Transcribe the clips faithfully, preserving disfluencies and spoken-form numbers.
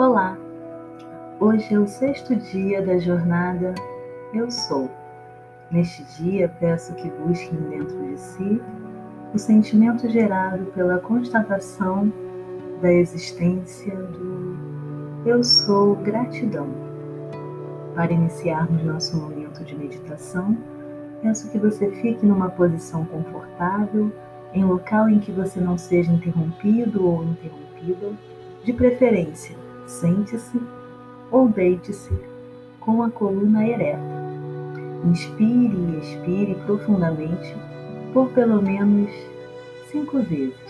Olá! Hoje é o sexto dia da jornada Eu Sou. Neste dia, peço que busquem dentro de si o sentimento gerado pela constatação da existência do Eu Sou Gratidão. Para iniciarmos nosso momento de meditação, peço que você fique numa posição confortável, em local em que você não seja interrompido ou interrompida, de preferência, sente-se ou deite-se com a coluna ereta. Inspire e expire profundamente por pelo menos cinco vezes.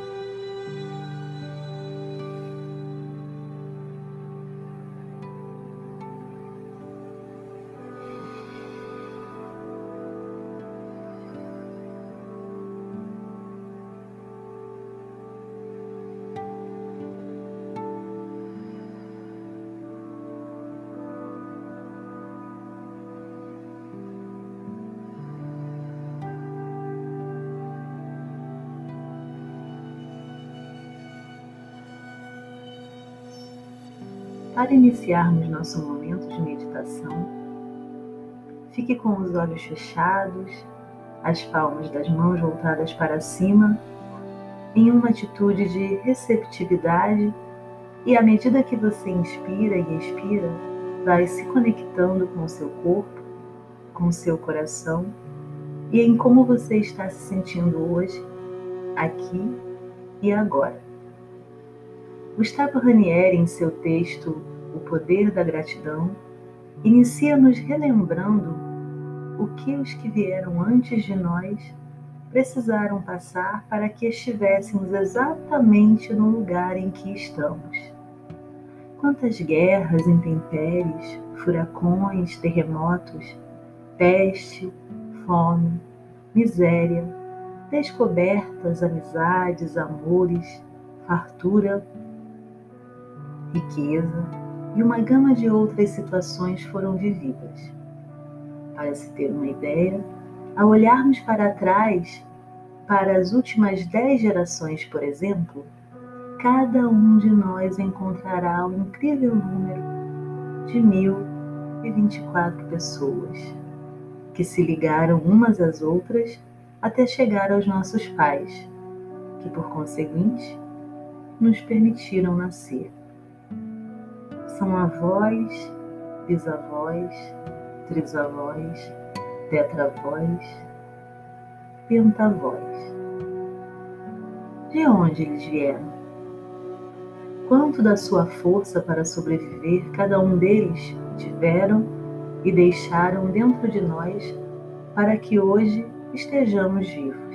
Para iniciarmos nosso momento de meditação, fique com os olhos fechados, as palmas das mãos voltadas para cima, em uma atitude de receptividade, e à medida que você inspira e expira, vai se conectando com o seu corpo, com o seu coração e em como você está se sentindo hoje, aqui e agora. Gustavo Ranieri, em seu texto O Poder da Gratidão, inicia nos relembrando o que os que vieram antes de nós precisaram passar para que estivéssemos exatamente no lugar em que estamos. Quantas guerras, intempéries, furacões, terremotos, peste, fome, miséria, descobertas, amizades, amores, fartura, riqueza e uma gama de outras situações foram vividas. Para se ter uma ideia, ao olharmos para trás, para as últimas dez gerações, por exemplo, cada um de nós encontrará o incrível número de mil e vinte e quatro pessoas que se ligaram umas às outras até chegar aos nossos pais, que por conseguinte nos permitiram nascer. São avós, bisavós, trisavós, tetravós, pentavós. De onde eles vieram? Quanto da sua força para sobreviver cada um deles tiveram e deixaram dentro de nós para que hoje estejamos vivos?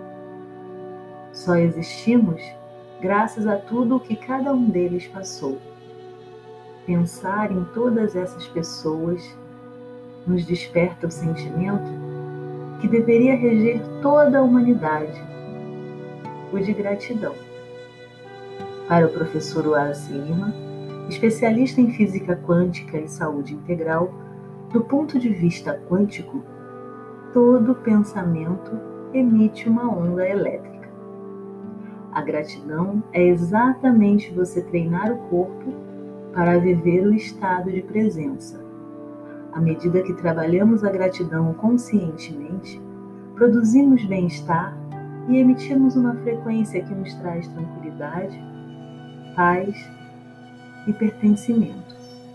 Só existimos graças a tudo o que cada um deles passou. Pensar em todas essas pessoas nos desperta o sentimento que deveria reger toda a humanidade, o de gratidão. Para o professor Wallace Lima, especialista em física quântica e saúde integral, do ponto de vista quântico, todo pensamento emite uma onda elétrica. A gratidão é exatamente você treinar o corpo para viver o estado de presença. À medida que trabalhamos a gratidão conscientemente, produzimos bem-estar e emitimos uma frequência que nos traz tranquilidade, paz e pertencimento.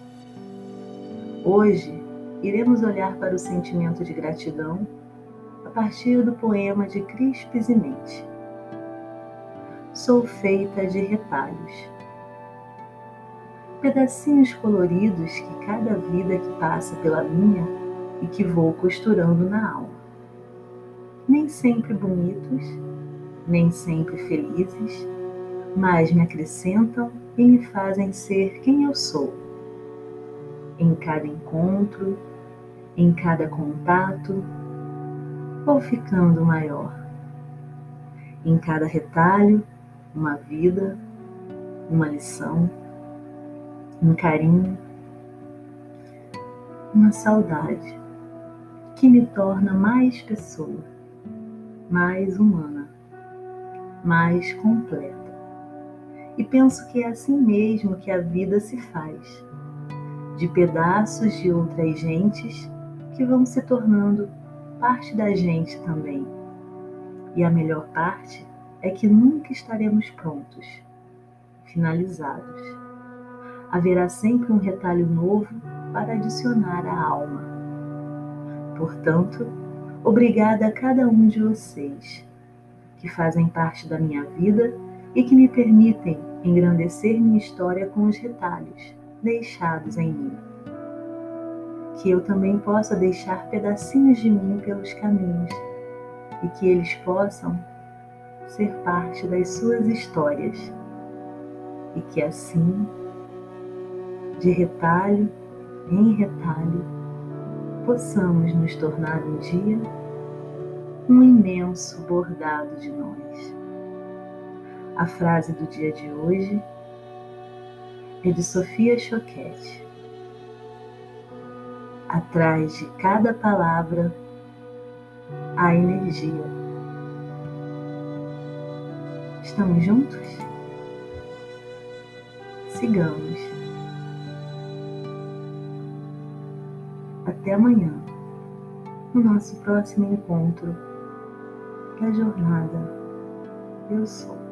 Hoje, iremos olhar para o sentimento de gratidão a partir do poema de Crispes e Mente. Sou feita de retalhos, pedacinhos coloridos que cada vida que passa pela minha e que vou costurando na alma. Nem sempre bonitos, nem sempre felizes, mas me acrescentam e me fazem ser quem eu sou. Em cada encontro, em cada contato, vou ficando maior. Em cada retalho, uma vida, uma lição, um carinho, uma saudade que me torna mais pessoa, mais humana, mais completa. e penso que é assim mesmo que a vida se faz, de pedaços de outras gentes que vão se tornando parte da gente também. E a melhor parte é que nunca estaremos prontos, finalizados. Haverá sempre um retalho novo para adicionar à alma. Portanto, obrigada a cada um de vocês, que fazem parte da minha vida e que me permitem engrandecer minha história com os retalhos deixados em mim. Que eu também possa deixar pedacinhos de mim pelos caminhos e que eles possam ser parte das suas histórias. E que assim, de retalho em retalho, possamos nos tornar um dia um imenso bordado de nós. A frase do dia de hoje é de Sofia Choquette. Atrás de cada palavra há energia. Estamos juntos? Sigamos. Até amanhã, no nosso próximo encontro da jornada Eu Sou.